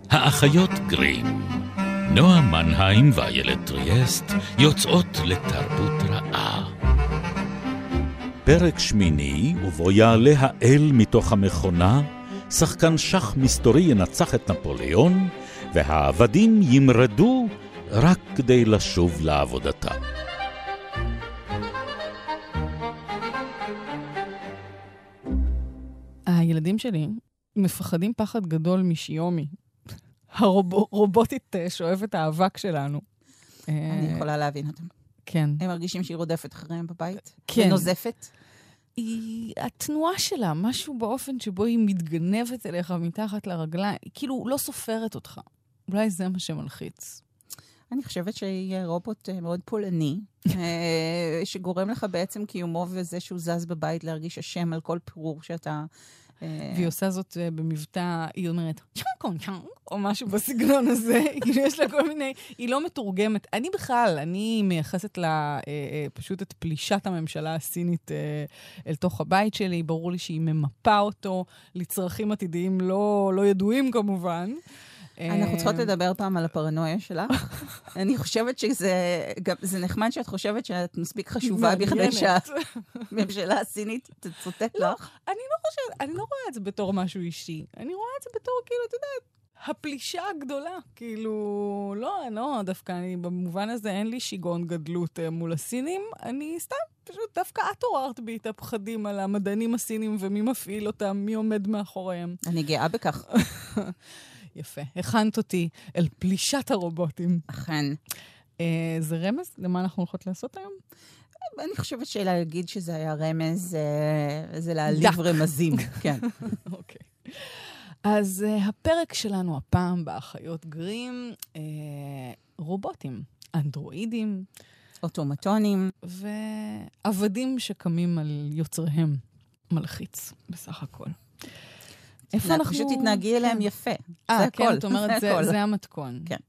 האחיות גרים, נועה מנהיים ואיילת טריאסט יוצאות לתרבות רעה. פרק שמיני, ובו יעלה האל מתוך המכונה, שחקן שח מסתורי ינצח את נפוליאון, והעבדים ימרדו רק כדי לשוב לעבודתם. הילדים שלי מפחדים פחד גדול משיומי. הרובוטית שואבת האבק שלנו. אני יכולה להבין אותם. כן. הם מרגישים שהיא רודפת אחריהם בבית? כן. ונוזפת? התנועה שלה, משהו באופן שבו היא מתגנבת אליך מתחת לרגליים, היא כאילו לא סופרת אותך. אולי זה מה שמלחיץ. אני חושבת שיהיה רובוט מאוד פולני, שגורם לך בעצם קיומו וזה שהוא זז בבית להרגיש אשם על כל פירור שאתה... והיא עושה זאת במבטא, היא אומרת, או משהו בסגנון הזה, כאילו יש לה כל מיני, היא לא מתורגמת. אני מייחסת לה פשוט את פלישת הממשלה הסינית אל תוך הבית שלי, ברור לי שהיא ממפה אותו, לצרכים עתידיים לא ידועים כמובן. אנחנו צריכות לדבר פעם על הפרנויה שלך. אני חושבת שזה נחמד שאת חושבת שאת מספיק חשובה בכדי שהממשלה הסינית תצוטט לך. אני לא רואה את זה בתור משהו אישי. אני רואה את זה בתור, כאילו, אתה יודע, הפלישה הגדולה. כאילו, לא, דווקא במובן הזה אין לי שיגעון גדלות מול הסינים. אני סתם, פשוט דווקא את עוררת בי את הפחדים על המדענים הסינים ומי מפעיל אותם, מי עומד מאחוריהם. אני גאה בכך. יפה. הכנת אותי אל פלישת הרובוטים. אכן. זה רמז למה אנחנו הולכות לעשות היום? אני חושבת שלהגיד שזה היה רמז, זה להעליב רמזים. כן. אוקיי. אז הפרק שלנו הפעם באחיות גרים, רובוטים, אנדרואידים, אוטומטונים, ועבדים שקמים על יוצריהם. מלחיץ, בסך הכל. איפה אנחנו... פשוט תתנהגי אליהם יפה. זה הכל. כן, את אומרת, זה המתכון. כן.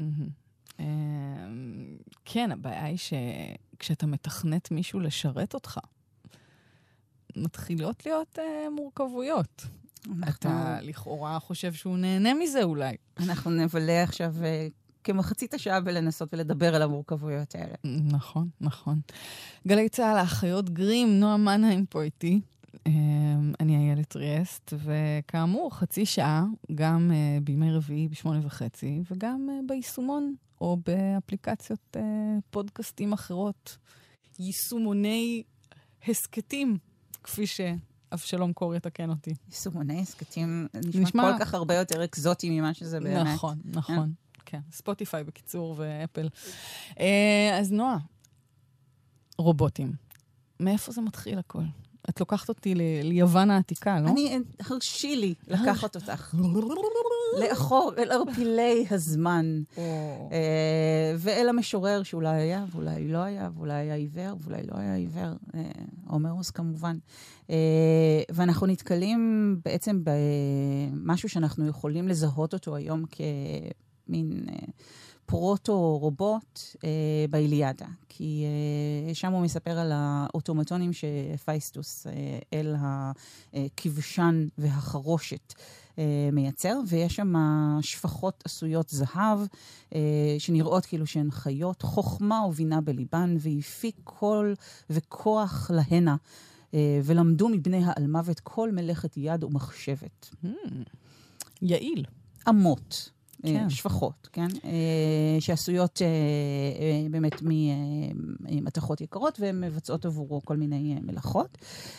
כן, הבעיה היא שכשאתה מתכנת מישהו לשרת אותך, מתחילות להיות מורכבויות. אתה לכאורה חושב שהוא נהנה מזה אולי. אנחנו נבלה עכשיו כמחצית השעה בלנסות ולדבר על המורכבויות האלה. נכון, נכון. גלי צהל, האחיות גרים, נועה מנהיים פה איתי. אני איילת טריאסט, וכאמור, חצי שעה, גם בימי רביעי ב8:30, וגם ביישומון, או באפליקציות פודקאסטים אחרות. יישומוני הסקטים, כפי שאבשלום קור יתקן אותי. יישומוני הסקטים נשמע כל כך הרבה יותר אקזוטי ממה שזה באמת. נכון, נכון. כן, ספוטיפיי בקיצור ואפל. אז נועה, רובוטים. מאיפה זה מתחיל הכל? את לוקחת אותי ליוון העתיקה, לא? הרשי לי לקחת אותך. לאחור, אל ערפילי הזמן. ואל המשורר שאולי היה, ואולי לא היה, ואולי היה עיוור, ואולי לא היה עיוור. הומרוס כמובן. ואנחנו נתקלים בעצם במשהו שאנחנו יכולים לזהות אותו היום כמין... פרוטו-רובוט באיליאדה, כי שם הוא מספר על האוטומטונים שפייסטוס אל הכבשן והחרושת מייצר, ויש שם שפחות עשויות זהב, שנראות כאילו שהן חיות, חוכמה ובינה בליבן, והפיק קול וכוח להנה, ולמדו מבני האלמוות כל מלאכת יד ומחשבת. יעיל. אמות. כן. שפחות, כן? שעשויות באמת ממתכות יקרות, והן מבצעות עבורו כל מיני מלאכות.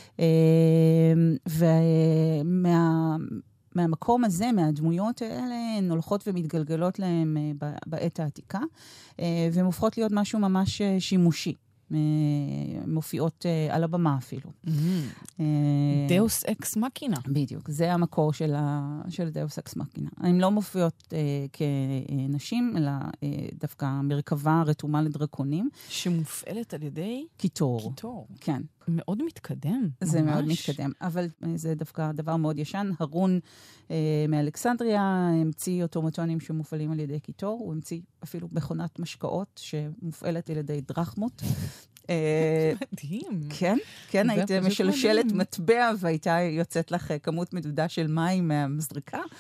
מהמקום הזה, מהדמויות האלה, הן הולכות ומתגלגלות להן בעת העתיקה, והן הופכות להיות משהו ממש שימושי. מופיעות על הבמה אפילו. דאוס אקס מקינה. בדיוק, זה המקור של דאוס אקס מקינה. הן לא מופיעות כנשים, אלא דווקא מרכבה רתומה לדרקונים. שמופעלת על ידי? קיטור. כן. מאוד מתקדם. זה מאוד מתקדם, אבל זה דווקא דבר מאוד ישן. הרון מאלכסנדריה המציא אוטומטונים שמופעלים על ידי קיטור, הוא המציא אפילו מכונת משקאות שמופעלת על ידי דרחמות. מדהים. כן, כן, היית משלשלת מטבע והייתה יוצאת לך כמות מדודה של מים מהמזריקה.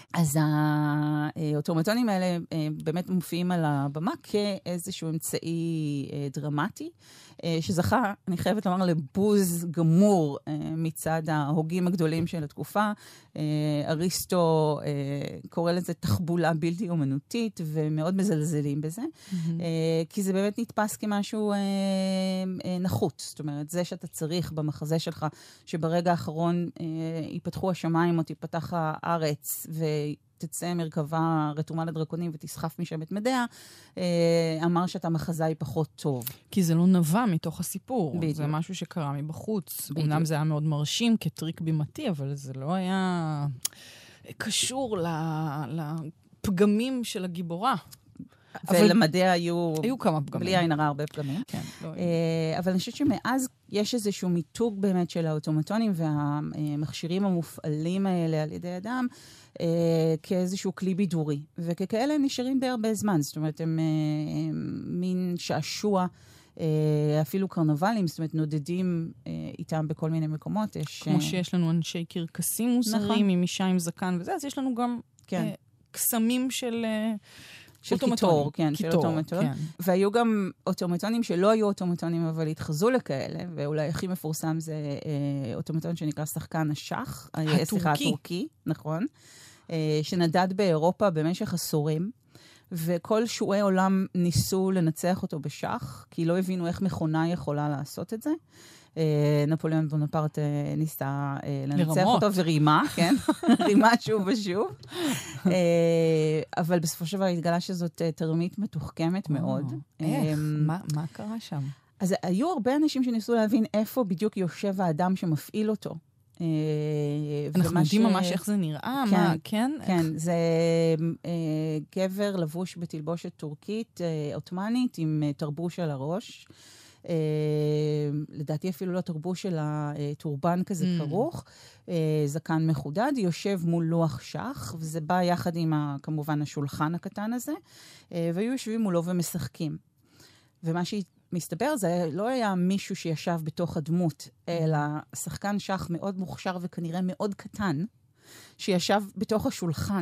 אז האוטומטונים האלה באמת מופיעים על הבמה כאיזשהו אמצעי דרמטי, שזכה, אני חייבת לומר, לבוז גמור מצד ההוגים הגדולים של התקופה. אריסטו קורא לזה תחבולה בלתי אומנותית, ומאוד מזלזלים בזה, כי זה באמת נתפס כמשהו נחות. זאת אומרת, זה שאתה צריך במחזה שלך, שברגע האחרון ייפתחו השמיים או תיפתח הארץ, תצא מרכבה רתומה לדרקונים ותסחף משם את מדיה, אמר שאתה מחזאי פחות טוב. כי זה לא נבע מתוך הסיפור. בדיוק. זה משהו שקרה מבחוץ. בדיוק. אומנם זה היה מאוד מרשים כטריק בימתי, אבל זה לא היה קשור לפגמים של הגיבורה. ולמדיה היו כמה פגמים. בלי עין הרע הרבה פגמים. כן, לא אבל אני חושבת שמאז יש איזשהו מיתוג באמת של האוטומטונים והמכשירים המופעלים האלה על ידי אדם, כאיזשהו כלי בידורי. וככאלה הם נשארים די הרבה זמן. זאת אומרת, הם מין שעשוע, אפילו קרנבלים, זאת אומרת, נודדים איתם בכל מיני מקומות. כמו שיש לנו אנשי קרקסים מוזרים, עם אישה עם זקן וזה, אז יש לנו גם קסמים של קיטור, כן, של אוטומטון. והיו גם אוטומטונים שלא היו אוטומטונים, אבל התחזו לכאלה, ואולי הכי מפורסם זה אוטומטון שנקרא שחקן השח. הטורקי, נכון. שנדד באירופה במשך עשורים, וכל שועי עולם ניסו לנצח אותו בשח, כי לא הבינו איך מכונה יכולה לעשות את זה. נפוליאון בונפרט ניסה לנצח אותו ורימה, כן? רימה שוב ושוב. אבל בסופו של דבר התגלה שזאת תרמית מתוחכמת מאוד. איך? מה קרה שם? אז היו הרבה אנשים שניסו להבין איפה בדיוק יושב האדם שמפעיל אותו. אנחנו יודעים ממש איך זה נראה? כן? כן, זה גבר לבוש בתלבושת טורקית, עות'מאנית, עם תרבוש על הראש. לדעתי אפילו לא תרבוש של הטורבן כזה כרוך, זקן מחודד, יושב מול לוח שח, וזה בא יחד עם כמובן השולחן הקטן הזה, והיו יושבים מולו ומשחקים. ומה שמסתבר זה לא היה מישהו שישב בתוך הדמות, אלא שחקן שח מאוד מוכשר וכנראה מאוד קטן, שישב בתוך השולחן.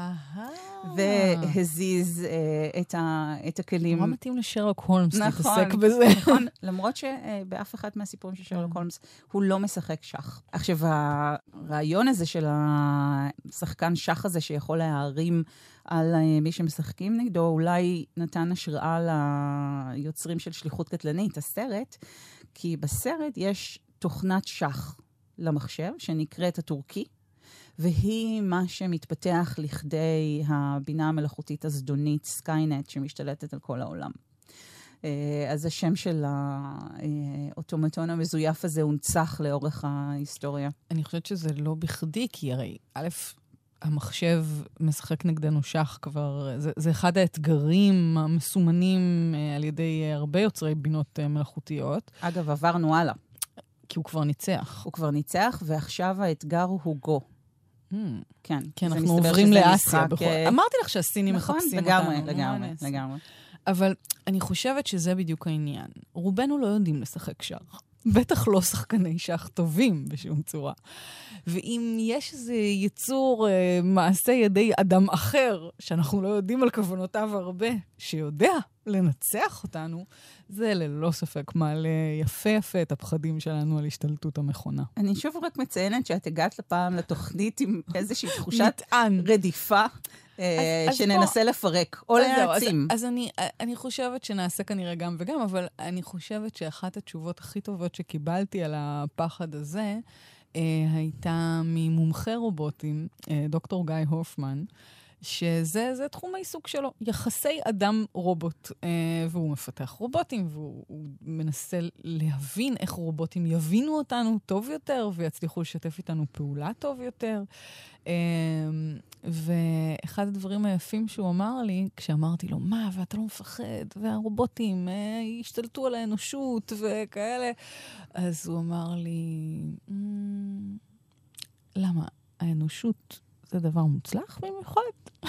והזיז את הכלים. נורא מתאים לשרלוק הולמס להתעסק בזה. נכון, למרות שבאף אחד מהסיפורים של שרלוק הולמס הוא לא משחק שח. עכשיו, הרעיון הזה של השחקן שח הזה שיכול להרים על מי שמשחקים נגדו, אולי נתן השראה ליוצרים של שליחות קטלנית, הסרט, כי בסרט יש תוכנת שח למחשב שנקראת הטורקי, והיא מה שמתפתח לכדי הבינה המלאכותית הזדונית, סקיינט, שמשתלטת על כל העולם. אז השם של האוטומטון המזויף הזה הונצח לאורך ההיסטוריה. אני חושבת שזה לא בכדי, כי הרי א', המחשב משחק נגדנו שח כבר, זה אחד האתגרים המסומנים על ידי הרבה יוצרי בינות מלאכותיות. אגב, עברנו הלאה. כי הוא כבר ניצח. הוא כבר ניצח, ועכשיו האתגר הוא גו. כן. כן, אנחנו עוברים לאסיה. אמרתי לך שהסינים מחפשים אותנו. לגמרי. אבל אני חושבת שזה בדיוק העניין. רובנו לא יודעים לשחק שח. בטח לא שחקני שח טובים בשום צורה. ואם יש איזה יצור מעשה ידי אדם אחר, שאנחנו לא יודעים על כוונותיו הרבה, שיודע לנצח אותנו, זה ללא ספק מעלה יפה את הפחדים שלנו על השתלטות המכונה. אני שוב רק מציינת שאת הגעת לפעם לתוכנית עם איזושהי תחושת רדיפה, שננסה לפרק, או להעצים. אז אני חושבת שנעשה כנראה גם וגם, אבל אני חושבת שאחת התשובות הכי טובות שקיבלתי על הפחד הזה, הייתה ממומחה רובוטים, דוקטור גיא הופמן, שזה תחום העיסוק שלו, יחסי אדם-רובוט, והוא מפתח רובוטים, והוא מנסה להבין איך רובוטים יבינו אותנו טוב יותר, ויצליחו לשתף איתנו פעולה טוב יותר. ואחד הדברים היפים שהוא אמר לי, כשאמרתי לו, מה, ואתה לא מפחד, והרובוטים ישתלטו על האנושות וכאלה, אז הוא אמר לי, למה? האנושות זה דבר מוצלח במיוחד?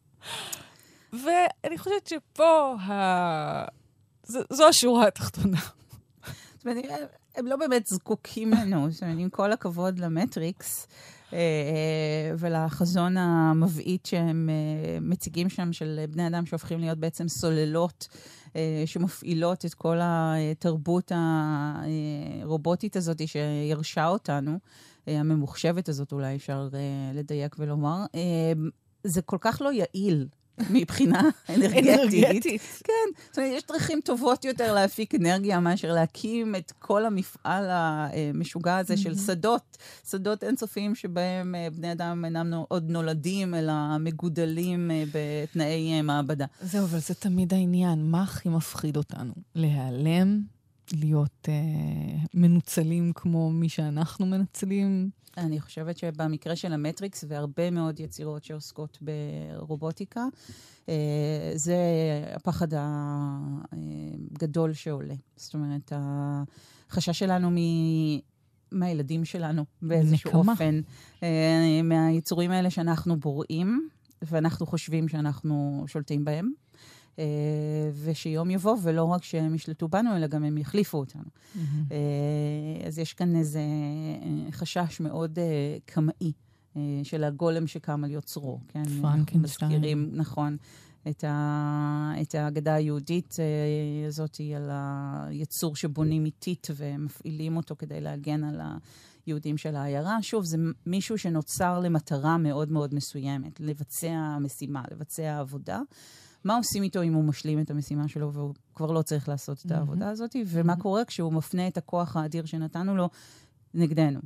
ואני חושבת שפה זו השורה התחתונה. זאת אומרת, הם לא באמת זקוקים לנו. זאת אומרת, עם כל הכבוד למטריקס, ולחזון המבעית שהם מציגים שם של בני אדם שהופכים להיות בעצם סוללות שמפעילות את כל התרבות הרובוטית הזאת שירשה אותנו, הממוחשבת הזאת אולי אפשר לדייק ולומר. זה כל כך לא יעיל מבחינה אנרגטית. כן, זאת אומרת, יש דרכים טובות יותר להפיק אנרגיה מאשר להקים את כל המפעל המשוגע הזה של שדות אינסופיים שבהם בני אדם אינם עוד נולדים, אלא מגודלים בתנאי מעבדה. זהו, אבל זה תמיד העניין. מה הכי מפחיד אותנו? להיעלם, להיות מנוצלים כמו מי שאנחנו מנצלים? אני חושבת שבמקרה של המטריקס והרבה מאוד יצירות שעוסקות ברובוטיקה, זה הפחד הגדול שעולה. זאת אומרת, החשש שלנו מהילדים שלנו באיזשהו אופן, מהיצורים האלה שאנחנו בוראים, ואנחנו חושבים שאנחנו שולטים בהם. ושיום יבוא, ולא רק שהם ישלטו בנו, אלא גם הם יחליפו אותנו. אז יש כאן איזה חשש מאוד קמאי של הגולם שקם על יוצרו. פרנקנשטיין. מזכירים, נכון, את האגדה היהודית הזאת על היצור שבונים איטית ומפעילים אותו כדי להגן על היהודים של העיירה. שוב, זה מישהו שנוצר למטרה מאוד מאוד מסוימת, לבצע משימה, לבצע עבודה. מה עושים איתו אם הוא משלים את המשימה שלו והוא כבר לא צריך לעשות את העבודה הזאת, ומה קורה כשהוא מפנה את הכוח האדיר שנתנו לו נגדנו.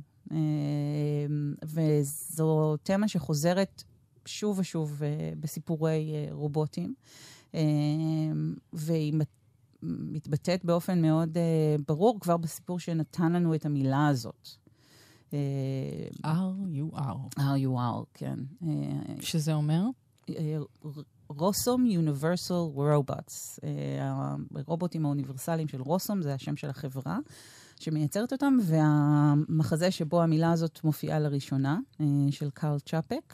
וזו תמה שחוזרת שוב ושוב בסיפורי רובוטים, והיא מתבטאת באופן מאוד ברור כבר בסיפור שנתן לנו את המילה הזאת. R-U-R. R-U-R, כן. שזה אומר? רוסום Universal Robots. הרובוטים האוניברסליים של רוסום, זה השם של החברה שמייצרת אותם, והמחזה שבו המילה הזאת מופיעה לראשונה, של קרל צ'אפק,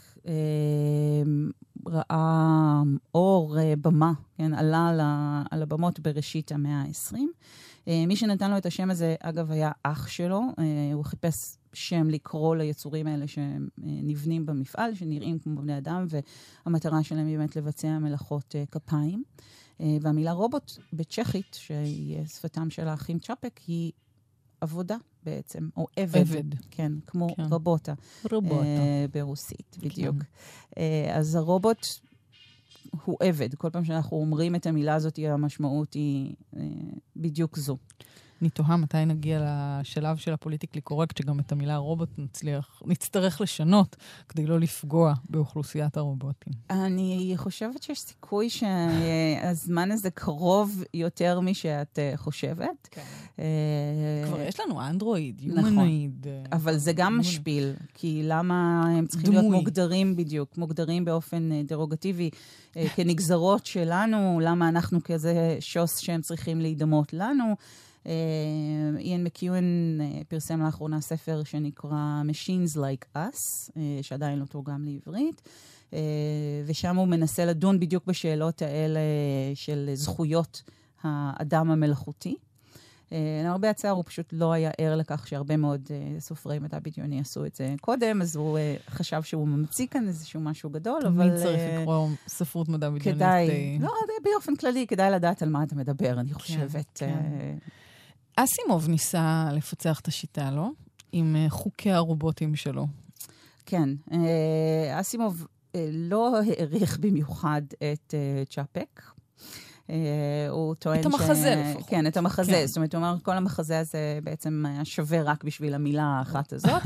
ראה אור במה, כן, עלה על הבמות בראשית המאה ה-20. מי שנתן לו את השם הזה, אגב, היה אח שלו. הוא חיפש שם לקרוא ליצורים האלה שנבנים במפעל, שנראים כמו בני אדם, והמטרה שלהם היא באמת לבצע מלאכות כפיים. והמילה רובוט בצ'כית, שהיא שפתם של האחים צ'אפק, היא עבודה בעצם, או עבד. כן, כמו כן. רובוטה. ברוסית, בדיוק. כן. אז הרובוט הוא עבד. כל פעם שאנחנו אומרים את המילה הזאת, המשמעות היא בדיוק זו. אני תוהה מתי נגיע לשלב של הפוליטיקלי קורקט, שגם את המילה רובוט נצטרך לשנות, כדי לא לפגוע באוכלוסיית הרובוטים. אני חושבת שיש סיכוי שהזמן הזה קרוב יותר משאת חושבת. כבר יש לנו אנדרואיד, יומנואיד. אבל זה גם משפיל, כי למה הם צריכים להיות מוגדרים בדיוק, מוגדרים באופן דרוגטיבי כנגזרות שלנו, למה אנחנו כזה שוס שהם צריכים להידמות לנו. איין מקיואן פרסם לאחרונה ספר שנקרא Machines Like Us, שעדיין לא תורגם לעברית, ושם הוא מנסה לדון בדיוק בשאלות האלה של זכויות האדם המלאכותי. למרבה הצער הוא פשוט לא היה ער לכך שהרבה מאוד סופרי מדע בדיוני עשו את זה קודם, אז הוא חשב שהוא ממציא כאן איזשהו משהו גדול, אבל... מי צריך לקרוא ספרות מדע בדיוני? כדאי, לא, באופן כללי, כדאי לדעת על מה אתה מדבר, אני חושבת. אסימוב ניסה לפצח את השיטה, לא? עם חוקי הרובוטים שלו. כן. אסימוב לא העריך במיוחד את צ'אפק. הוא טוען את המחזה לפחות. כן, את המחזה. כן. זאת אומרת, הוא אומר, כל המחזה הזה בעצם היה שווה רק בשביל המילה האחת הזאת.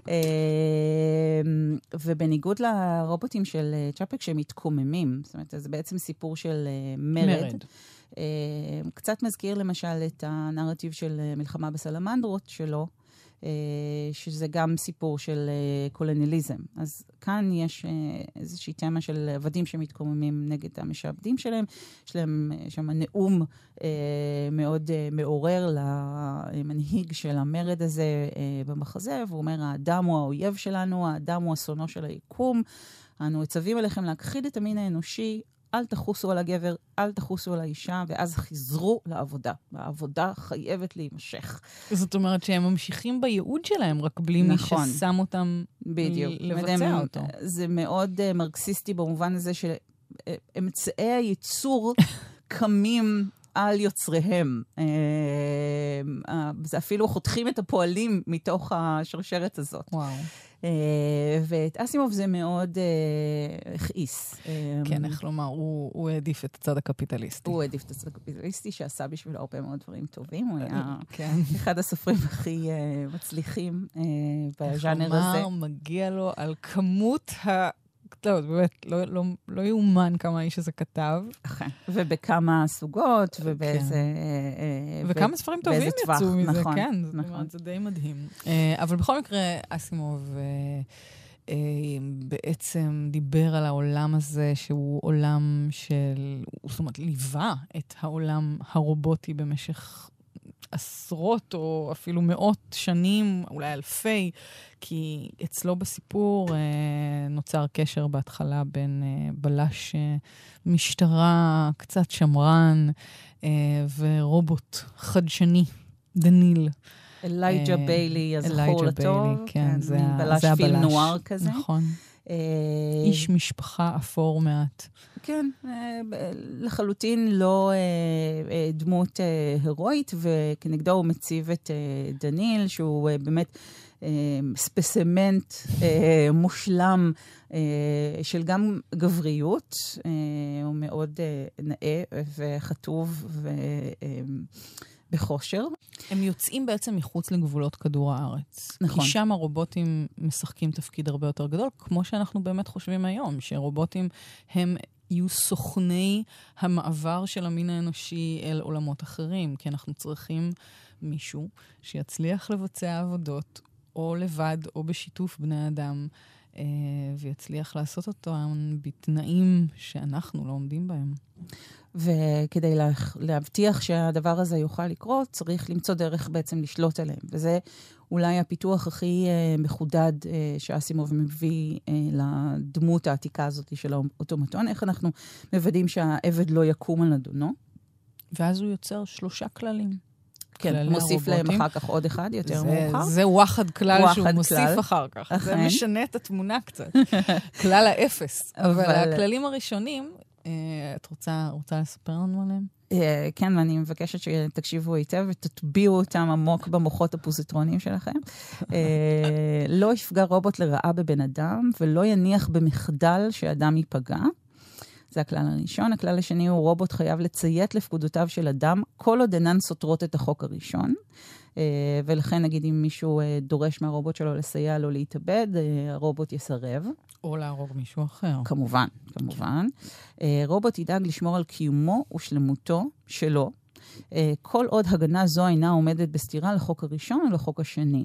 ובניגוד לרובוטים של צ'אפק שהם מתקוממים, זאת אומרת, זה בעצם סיפור של מרד. קצת מזכיר למשל את הנרטיב של מלחמה בסלמנדרות שלו, שזה גם סיפור של קולוניאליזם. אז כאן יש איזושהי תמה של עבדים שמתקוממים נגד המשעבדים שלהם. יש להם שם נאום מאוד מעורר למנהיג של המרד הזה במחזה, והוא אומר, האדם הוא האויב שלנו, האדם הוא אסונו של היקום, אנו מצווים עליכם להכחיד את המין האנושי, אל תחוסו על הגבר, אל תחוסו על האישה, ואז חזרו לעבודה. העבודה חייבת להימשך. זאת אומרת שהם ממשיכים בייעוד שלהם, רק בלי מי ששם אותם לבצע אותו. זה מאוד מרקסיסטי במובן הזה שאמצעי הייצור קמים על יוצריהם. זה אפילו חותכים את הפועלים מתוך השרשרת הזאת. וואו. ואת אסימוב זה מאוד הכעיס. כן, איך לומר, הוא העדיף את הצד הקפיטליסטי. הוא העדיף את הצד הקפיטליסטי, שעשה בשבילו הרבה מאוד דברים טובים. הוא היה אחד הסופרים הכי מצליחים בז'אנר הזה. איך לומר, מגיע לו על כמות לא, באמת, לא יאומן כמה האיש הזה כתב. ובכמה סוגות, ובאיזה... וכמה ספרים טובים יצאו מזה, כן. זאת אומרת, זה די מדהים. אבל בכל מקרה, אסימוב בעצם דיבר על העולם הזה, שהוא עולם של... זאת אומרת, ליווה את העולם הרובוטי במשך עשרות או אפילו מאות שנים, אולי אלפי, כי אצלו בסיפור נוצר קשר בהתחלה בין בלש משטרה קצת שמרן ורובוט חדשני, דניל. אלייג'ה ביילי, הזכור לטוב. כן, זה בלש פילם נואר כזה. נכון. איש משפחה אפור מעט. כן, לחלוטין לא דמות הרואית, וכנגדו הוא מציב את דניל, שהוא באמת ספסימנט מושלם של גם גבריות, הוא מאוד נאה וחטוב בחושר. הם יוצאים בעצם מחוץ לגבולות כדור הארץ. נכון. כי שם הרובוטים משחקים תפקיד הרבה יותר גדול, כמו שאנחנו באמת חושבים היום, שרובוטים הם יהיו סוכני המעבר של המין האנושי אל עולמות אחרים, כי אנחנו צריכים מישהו שיצליח לבצע עבודות, או לבד או בשיתוף בני אדם, ויצליח לעשות אותו בתנאים שאנחנו לא עומדים בהם. וכדי להבטיח שהדבר הזה יוכל לקרות, צריך למצוא דרך בעצם לשלוט עליהם. וזה אולי הפיתוח הכי מחודד שאסימוב מביא לדמות העתיקה הזאת של האוטומטון. איך אנחנו מוודאים שהעבד לא יקום על אדונו? ואז הוא יוצר 3 כללים. כן, מוסיף להם אחר כך עוד אחד, יותר מאוחר. זה וואחד כלל שהוא מוסיף אחר כך. זה משנה את התמונה קצת. כלל האפס. אבל הכללים הראשונים, את רוצה לספר לנו עליהם? כן, ואני מבקשת שתקשיבו היטב ותטביעו אותם עמוק במוחות הפוזיטרונים שלכם. לא יפגע רובוט לרעה בבן אדם, ולא יניח במחדל שאדם ייפגע. זה הכלל הראשון. הכלל השני הוא רובוט חייב לציית לפקודותיו של אדם, כל עוד אינן סותרות את החוק הראשון. ולכן נגיד אם מישהו דורש מהרובוט שלו לסייע לו להתאבד, הרובוט יסרב. או להרוג מישהו אחר. כמובן. רובוט ידאג לשמור על קיומו ושלמותו שלו, כל עוד הגנה זו אינה עומדת בסתירה לחוק הראשון או לחוק השני.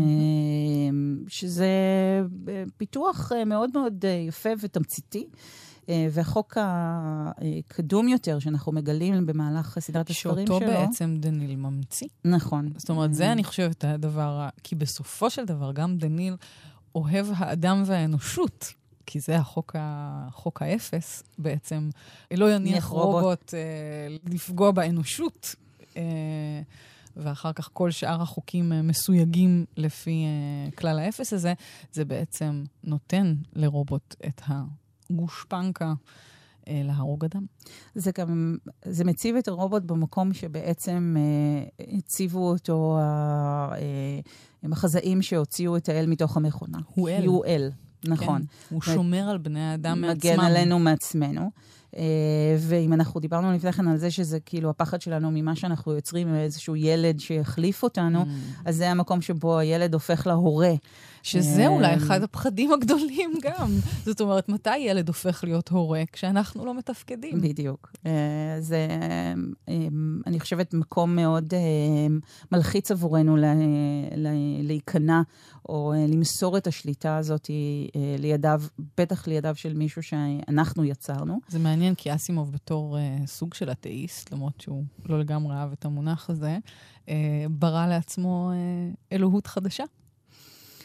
שזה פיתוח מאוד מאוד יפה ותמציתי, והחוק הקדום יותר שאנחנו מגלים במהלך סדרת הספרים שלו. שאותו בעצם דניל ממציא. נכון. זאת אומרת, זה אני חושבת הדבר, כי בסופו של דבר גם דניל אוהב האדם והאנושות, כי זה החוק האפס בעצם. לא יניח רובוט לפגוע באנושות, ואחר כך כל שאר החוקים מסויגים לפי כלל האפס הזה, זה בעצם נותן לרובוט את גושפנקה להרוג אדם. זה מציב את הרובוט במקום שבעצם הציבו אותו המחזאים שהוציאו את האל מתוך המכונה. הוא אל. נכון. כן, הוא שומר על בני האדם מעצמם. מגן עלינו מעצמנו. ואם אנחנו דיברנו לפני כן על זה שזה כאילו הפחד שלנו ממה שאנחנו יוצרים איזשהו ילד שיחליף אותנו, אז זה המקום שבו הילד הופך להורה. שזה אולי אחד הפחדים הגדולים גם. זאת אומרת, מתי ילד הופך להיות הורה כשאנחנו לא מתפקדים? בדיוק. זה, אני חושבת, מקום מאוד מלחיץ עבורנו להיכנע, או למסור את השליטה הזאת לידיו, בטח לידיו של מישהו שאנחנו יצרנו. זה מעניין, כי אסימוב בתור סוג של אתאיסט, למרות שהוא לא לגמרי אהב את המונח הזה, ברא לעצמו אלוהות חדשה.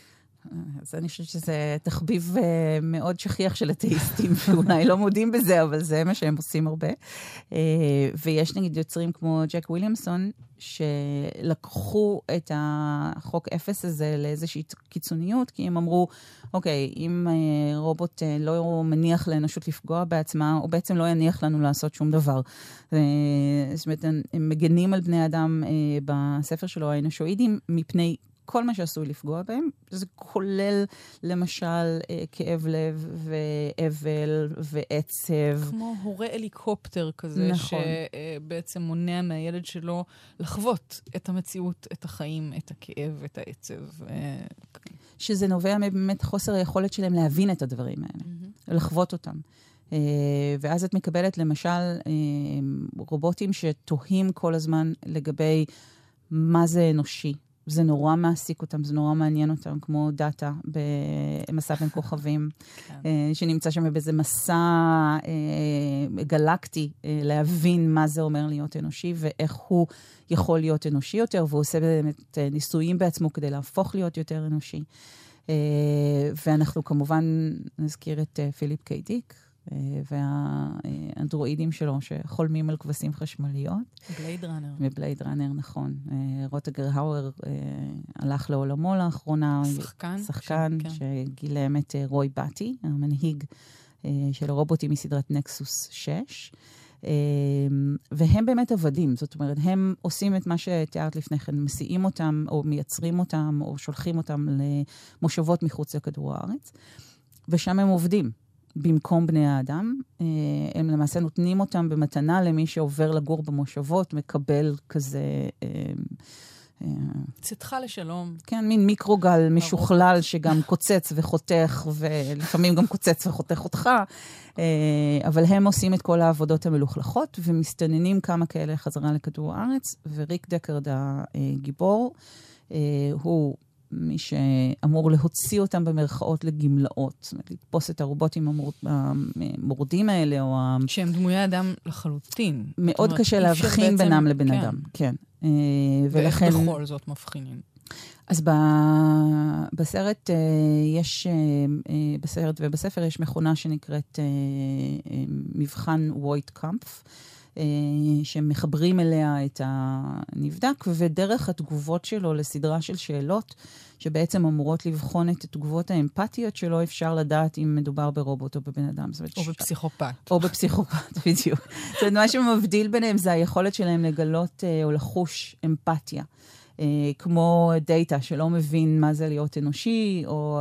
אז אני חושבת שזה תחביב מאוד שכיח של אתאיסטים, שאולי לא מודים בזה, אבל זה מה שהם עושים הרבה. ויש נגיד יוצרים כמו ג'ק וויליאמסון, שלקחו את החוק אפס הזה לאיזושהי קיצוניות, כי הם אמרו, אוקיי, אם רובוט לא מניח לאנושות לפגוע בעצמה, הוא בעצם לא יניח לנו לעשות שום דבר. זאת אומרת, הם מגנים על בני אדם בספר שלו, האנושואידים, מפני כל מה שעשוי לפגוע בהם. זה כולל, למשל, כאב לב ואבל ועצב. כמו הורה אליקופטר כזה, נכון. שבעצם מונע מהילד שלו לחוות את המציאות, את החיים, את הכאב, את העצב. שזה נובע באמת חוסר היכולת שלהם להבין את הדברים האלה, לחוות אותם. ואז את מקבלת למשל רובוטים שתוהים כל הזמן לגבי מה זה אנושי. זה נורא מעסיק אותם, זה נורא מעניין אותם, כמו דאטה במסע בין כוכבים, שנמצא שם באיזה מסע גלקטי להבין מה זה אומר להיות אנושי, ואיך הוא יכול להיות אנושי יותר, והוא עושה באמת ניסויים בעצמו כדי להפוך להיות יותר אנושי. ואנחנו כמובן נזכיר את פיליפ קיי דיק, והאנדרואידים שלו שחולמים על כבשים חשמליות. בלייד ראנר. מבלייד ראנר, נכון. רוטגר האואר הלך לעולמו לאחרונה. שחקן שגילם את רוי באטי, המנהיג של הרובוטים מסדרת נקסוס 6. והם באמת עבדים, זאת אומרת, הם עושים את מה שתיארת לפני כן, מסיעים אותם, או מייצרים אותם, או שולחים אותם למושבות מחוץ לכדור הארץ, ושם הם עובדים. במקום בני האדם, הם למעשה נותנים אותם במתנה למי שעובר לגור במושבות, מקבל כזה... צאתך לשלום. כן, מין מיקרוגל משוכלל שגם קוצץ וחותך, ולפעמים גם קוצץ וחותך אותך, אבל הם עושים את כל העבודות המלוכלכות, ומסתננים כמה כאלה חזרה לכדור הארץ, וריק דקרד הגיבור, הוא... מי שאמור להוציא אותם במרכאות לגמלאות, זאת אומרת, לתפוס את הרובוטים המורדים האלה, או... שהם דמויי אדם לחלוטין. מאוד קשה להבחין בינם לבן אדם, כן. ולכן... ואיך בכל זאת מבחינים? אז בסרט יש, בסרט ובספר יש מכונה שנקראת מבחן ווייט קאמפף, שמחברים אליה את הנבדק, ודרך התגובות שלו לסדרה של שאלות, שבעצם אמורות לבחון את התגובות האמפתיות שלו, אפשר לדעת אם מדובר ברובוט או בבן אדם. או בפסיכופת. או בפסיכופת, בדיוק. זאת אומרת, מה שמבדיל ביניהם זה היכולת שלהם לגלות או לחוש אמפתיה. כמו דאטה שלא מבין מה זה להיות אנושי, או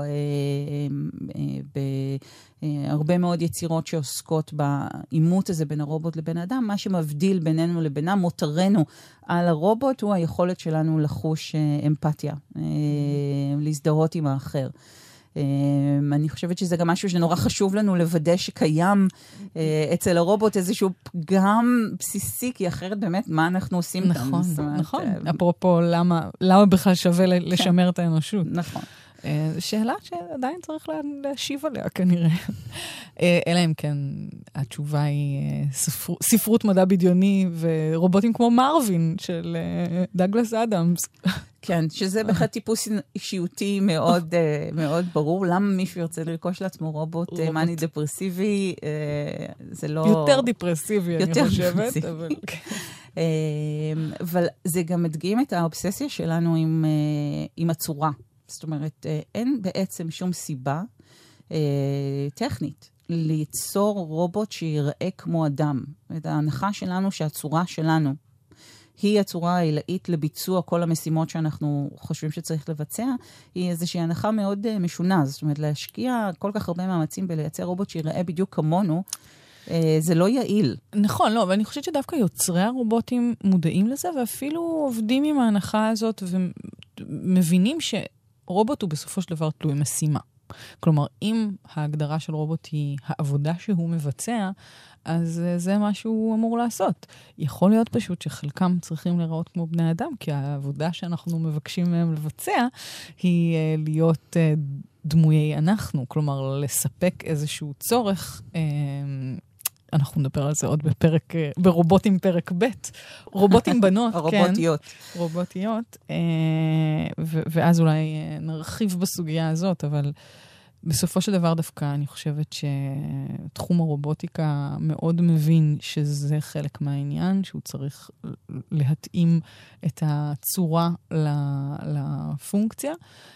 הרבה מאוד יצירות שעוסקות באימות הזה בין הרובוט לבין האדם, מה שמבדיל בינינו לבינם, מותרנו על הרובוט, הוא היכולת שלנו לחוש אמפתיה, להזדהות עם האחר. אני חושבת שזה גם משהו שנורא חשוב לנו לוודא שקיים אצל הרובוט איזשהו פגם בסיסי, כי אחרת באמת מה אנחנו עושים כאן. נכון. אפרופו, למה בכלל שווה לשמר את האנושות? נכון. שאלה שעדיין צריך להשיב עליה כנראה. אלא אם כן, התשובה היא ספרות מדע בדיוני ורובוטים כמו מרווין של דאגלס אדמס. כן, שזה בכלל טיפוס אישיותי מאוד, מאוד ברור. למה מישהו ירצה לרכוש לעצמו רובוט מאני דפרסיבי? זה לא... יותר דיפרסיבי, אני חושבת. אבל זה גם מדגים את האובססיה שלנו עם הצורה. זאת אומרת, אין בעצם שום סיבה טכנית ליצור רובוט שיראה כמו אדם. את ההנחה שלנו שהצורה שלנו היא הצורה העילאית לביצוע כל המשימות שאנחנו חושבים שצריך לבצע, היא איזושהי הנחה מאוד משונה. זאת אומרת, להשקיע כל כך הרבה מאמצים בלייצר רובוט שיראה בדיוק כמונו, זה לא יעיל. נכון, לא, אבל אני חושבת שדווקא יוצרי הרובוטים מודעים לזה, ואפילו עובדים עם ההנחה הזאת, ומבינים שרובוט הוא בסופו של דבר תלוי משימה. כלומר, אם ההגדרה של רובוט היא העבודה שהוא מבצע, אז זה מה שהוא אמור לעשות. יכול להיות פשוט שחלקם צריכים להיראות כמו בני אדם, כי העבודה שאנחנו מבקשים מהם לבצע, היא להיות דמויי אנחנו, כלומר, לספק איזשהו צורך אנחנו נדבר על זה עוד ברובוטים פרק ב', רובוטים בנות, כן. רובוטיות. רובוטיות, ואז אולי נרחיב בסוגיה הזאת, אבל בסופו של דבר דווקא אני חושבת שתחום הרובוטיקה מאוד מבין שזה חלק מהעניין, שהוא צריך להתאים את הצורה לפונקציה,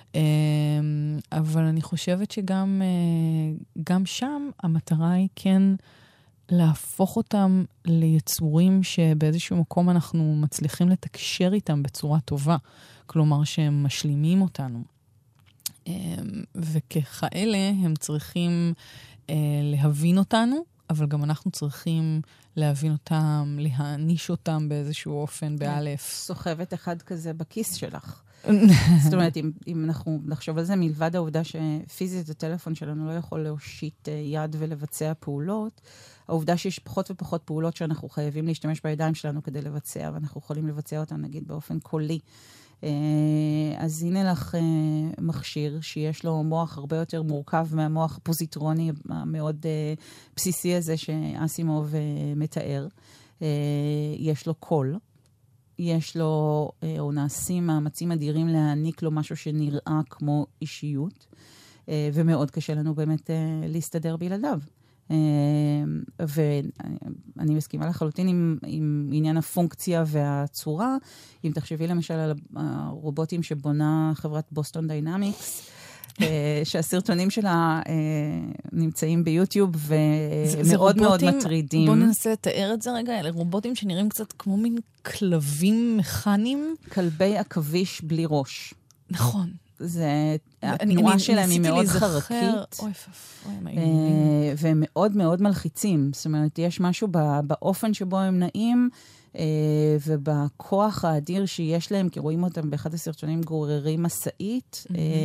אבל אני חושבת שגם שם המטרה היא כן להפוך אותם ליצורים שבאיזשהו מקום אנחנו מצליחים לתקשר איתם בצורה טובה, כלומר שהם משלימים אותנו. וככאלה הם צריכים להבין אותנו, אבל גם אנחנו צריכים להבין אותם, להעניש אותם באיזשהו אופן, באלף. סוחבת אחד כזה בכיס שלך. זאת אומרת, אם אנחנו נחשוב על זה, מלבד העובדה שפיזית הטלפון שלנו לא יכול להושיט יד ולבצע פעולות, העובדה שיש פחות ופחות פעולות שאנחנו חייבים להשתמש בידיים שלנו כדי לבצע, ואנחנו יכולים לבצע אותן, נגיד, באופן קולי. אז הנה לך מכשיר שיש לו מוח הרבה יותר מורכב מהמוח הפוזיטרוני המאוד בסיסי הזה שאסימוב מתאר. יש לו קול, יש לו, או נעשים מאמצים אדירים להעניק לו משהו שנראה כמו אישיות, ומאוד קשה לנו באמת להסתדר בלעדיו. ואני מסכימה לחלוטין עם עניין הפונקציה והצורה. אם תחשבי למשל על הרובוטים שבונה חברת בוסטון דיינמיקס, שהסרטונים שלה נמצאים ביוטיוב ומאוד מאוד מטרידים. בוא ננסה לתאר את זה רגע, אלה רובוטים שנראים קצת כמו מין כלבים מכניים. כלבי עכביש בלי ראש. נכון. התנועה שלהם היא מאוד חרקית, והם מאוד מאוד מלחיצים. זאת אומרת, יש משהו באופן שבו הם נעים, ובכוח האדיר שיש להם, כי רואים אותם באחד הסרטונים גוררים מסעית,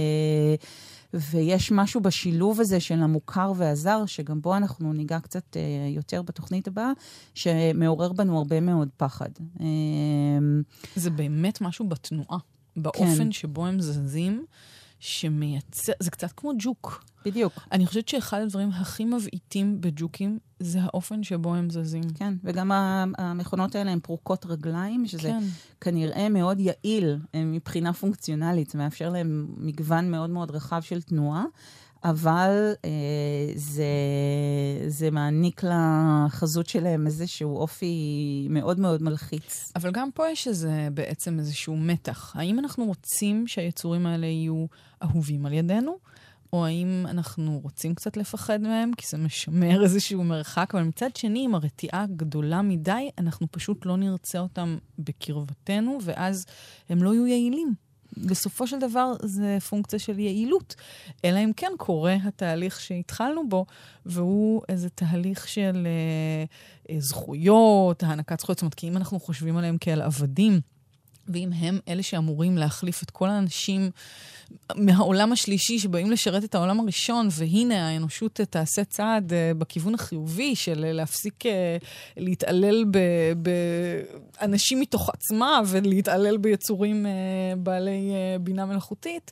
ויש משהו בשילוב הזה של המוכר והזר, שגם בו אנחנו ניגע קצת יותר בתוכנית הבאה, שמעורר בנו הרבה מאוד פחד. זה באמת משהו בתנועה. באופן שבו הם זזים, שמייצר, זה קצת כמו ג'וק. בדיוק. אני חושבת שאחד הדברים הכי מבעיטים בג'וקים, זה האופן שבו הם זזים. כן, וגם המכונות האלה הן פרוקות רגליים, שזה כנראה מאוד יעיל מבחינה פונקציונלית, מאפשר להם מגוון מאוד מאוד רחב של תנועה, אבל זה מעניק לחזות שלהם איזשהו אופי מאוד מאוד מלחיץ. אבל גם פה יש בעצם איזשהו מתח. האם אנחנו רוצים שהיצורים האלה יהיו אהובים על ידינו, או האם אנחנו רוצים קצת לפחד מהם, כי זה משמר איזשהו מרחק, אבל מצד שני, אם הרתיעה גדולה מדי, אנחנו פשוט לא נרצה אותם בקרבתנו, ואז הם לא יהיו יעילים. בסופו של דבר זה פונקציה של יעילות. אלא אם כן קורה התהליך שהתחלנו בו, והוא איזה תהליך של זכויות, הענקת זכויות. זאת אומרת, כי אם אנחנו חושבים עליהם כעל עבדים, ואם הם אלה שאמורים להחליף את כל האנשים מהעולם השלישי שבאים לשרת את העולם הראשון, והנה האנושות תעשה צעד בכיוון החיובי של להפסיק להתעלל באנשים מתוך עצמה, ולהתעלל ביצורים בעלי בינה מלאכותית,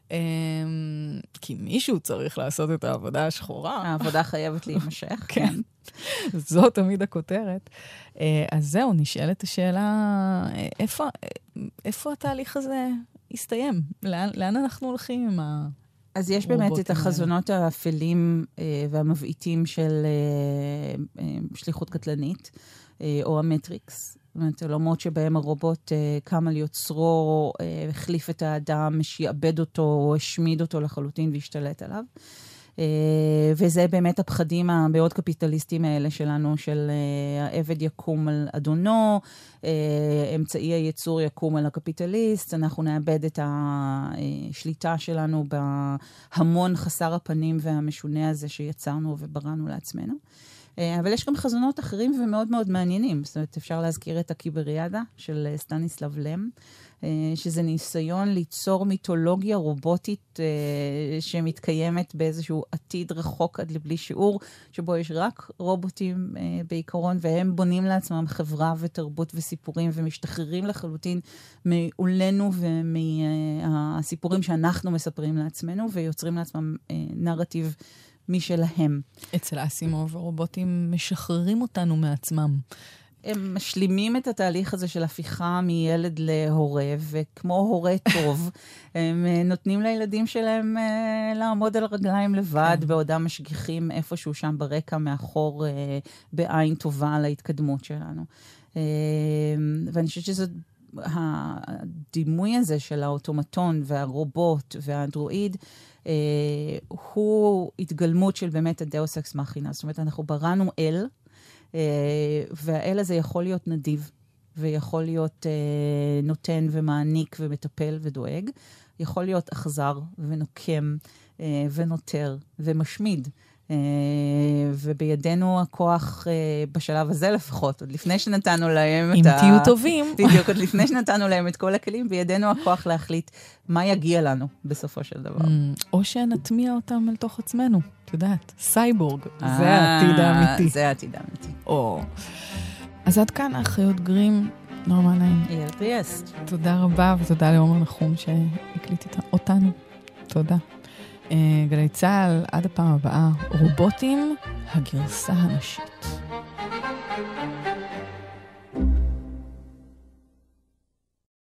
כי מישהו צריך לעשות את העבודה השחורה. העבודה חייבת להימשך, כן. זו תמיד הכותרת. אז זהו, נשאלת השאלה, איפה התהליך הזה יסתיים? לאן אנחנו הולכים עם הרובוטים האלה? אז יש באמת את החזונות האפלים והמבעיטים של שליחות קטלנית, או המטריקס. זאת אומרת, עולמות שבהם הרובוט קם על יוצרו, החליף את האדם, שיעבד אותו או השמיד אותו לחלוטין והשתלט עליו. וזה באמת הפחדים המאוד קפיטליסטיים האלה שלנו, של העבד יקום על אדונו, אמצעי הייצור יקום על הקפיטליסט, אנחנו נאבד את השליטה שלנו בהמון חסר הפנים והמשונה הזה שיצרנו ובראנו לעצמנו. אבל יש גם חזונות אחרים ומאוד מאוד מעניינים. זאת אומרת, אפשר להזכיר את הקיבריאדה של סטניסלב לם, שזה ניסיון ליצור מיתולוגיה רובוטית שמתקיימת באיזשהו עתיד רחוק עד לבלי שיעור, שבו יש רק רובוטים בעיקרון, והם בונים לעצמם חברה ותרבות וסיפורים, ומשתחררים לחלוטין מעולנו ומהסיפורים שאנחנו מספרים לעצמנו, ויוצרים לעצמם נרטיב משלהם. אצל אסימוב רובוטים משחררים אותנו מעצמם. הם משלימים את התהליך הזה של הפיכה מילד להורה, וכמו הורה טוב, הם נותנים לילדים שלהם לעמוד על הרגליים לבד, בעודם משגיחים איפשהו שם ברקע מאחור בעין טובה על ההתקדמות שלנו. ואני חושבת שזאת הדימוי הזה של האוטומטון והרובוט והאנדרואיד, הוא התגלמות של באמת הדאוס אקס מכינה. זאת אומרת, אנחנו בראנו אל, והאל הזה יכול להיות נדיב, ויכול להיות נותן ומעניק ומטפל ודואג. יכול להיות אכזר ונוקם ונותר ומשמיד. ובידינו הכוח בשלב הזה לפחות, עוד לפני שנתנו להם אם תהיו טובים. בדיוק, עוד לפני שנתנו להם את כל הכלים, בידינו הכוח להחליט מה יגיע לנו בסופו של דבר. או שנטמיע אותם אל תוך עצמנו, את יודעת, סייבורג, זה העתיד האמיתי. זה העתיד האמיתי. אז עד כאן האחיות גרים, נועה מנהיים. אייל טריאסט. תודה רבה, ותודה לעומר נחום שהקליט אותנו. תודה. גלי צהל, עד הפעם הבאה, רובוטים, הגרסה הנשית.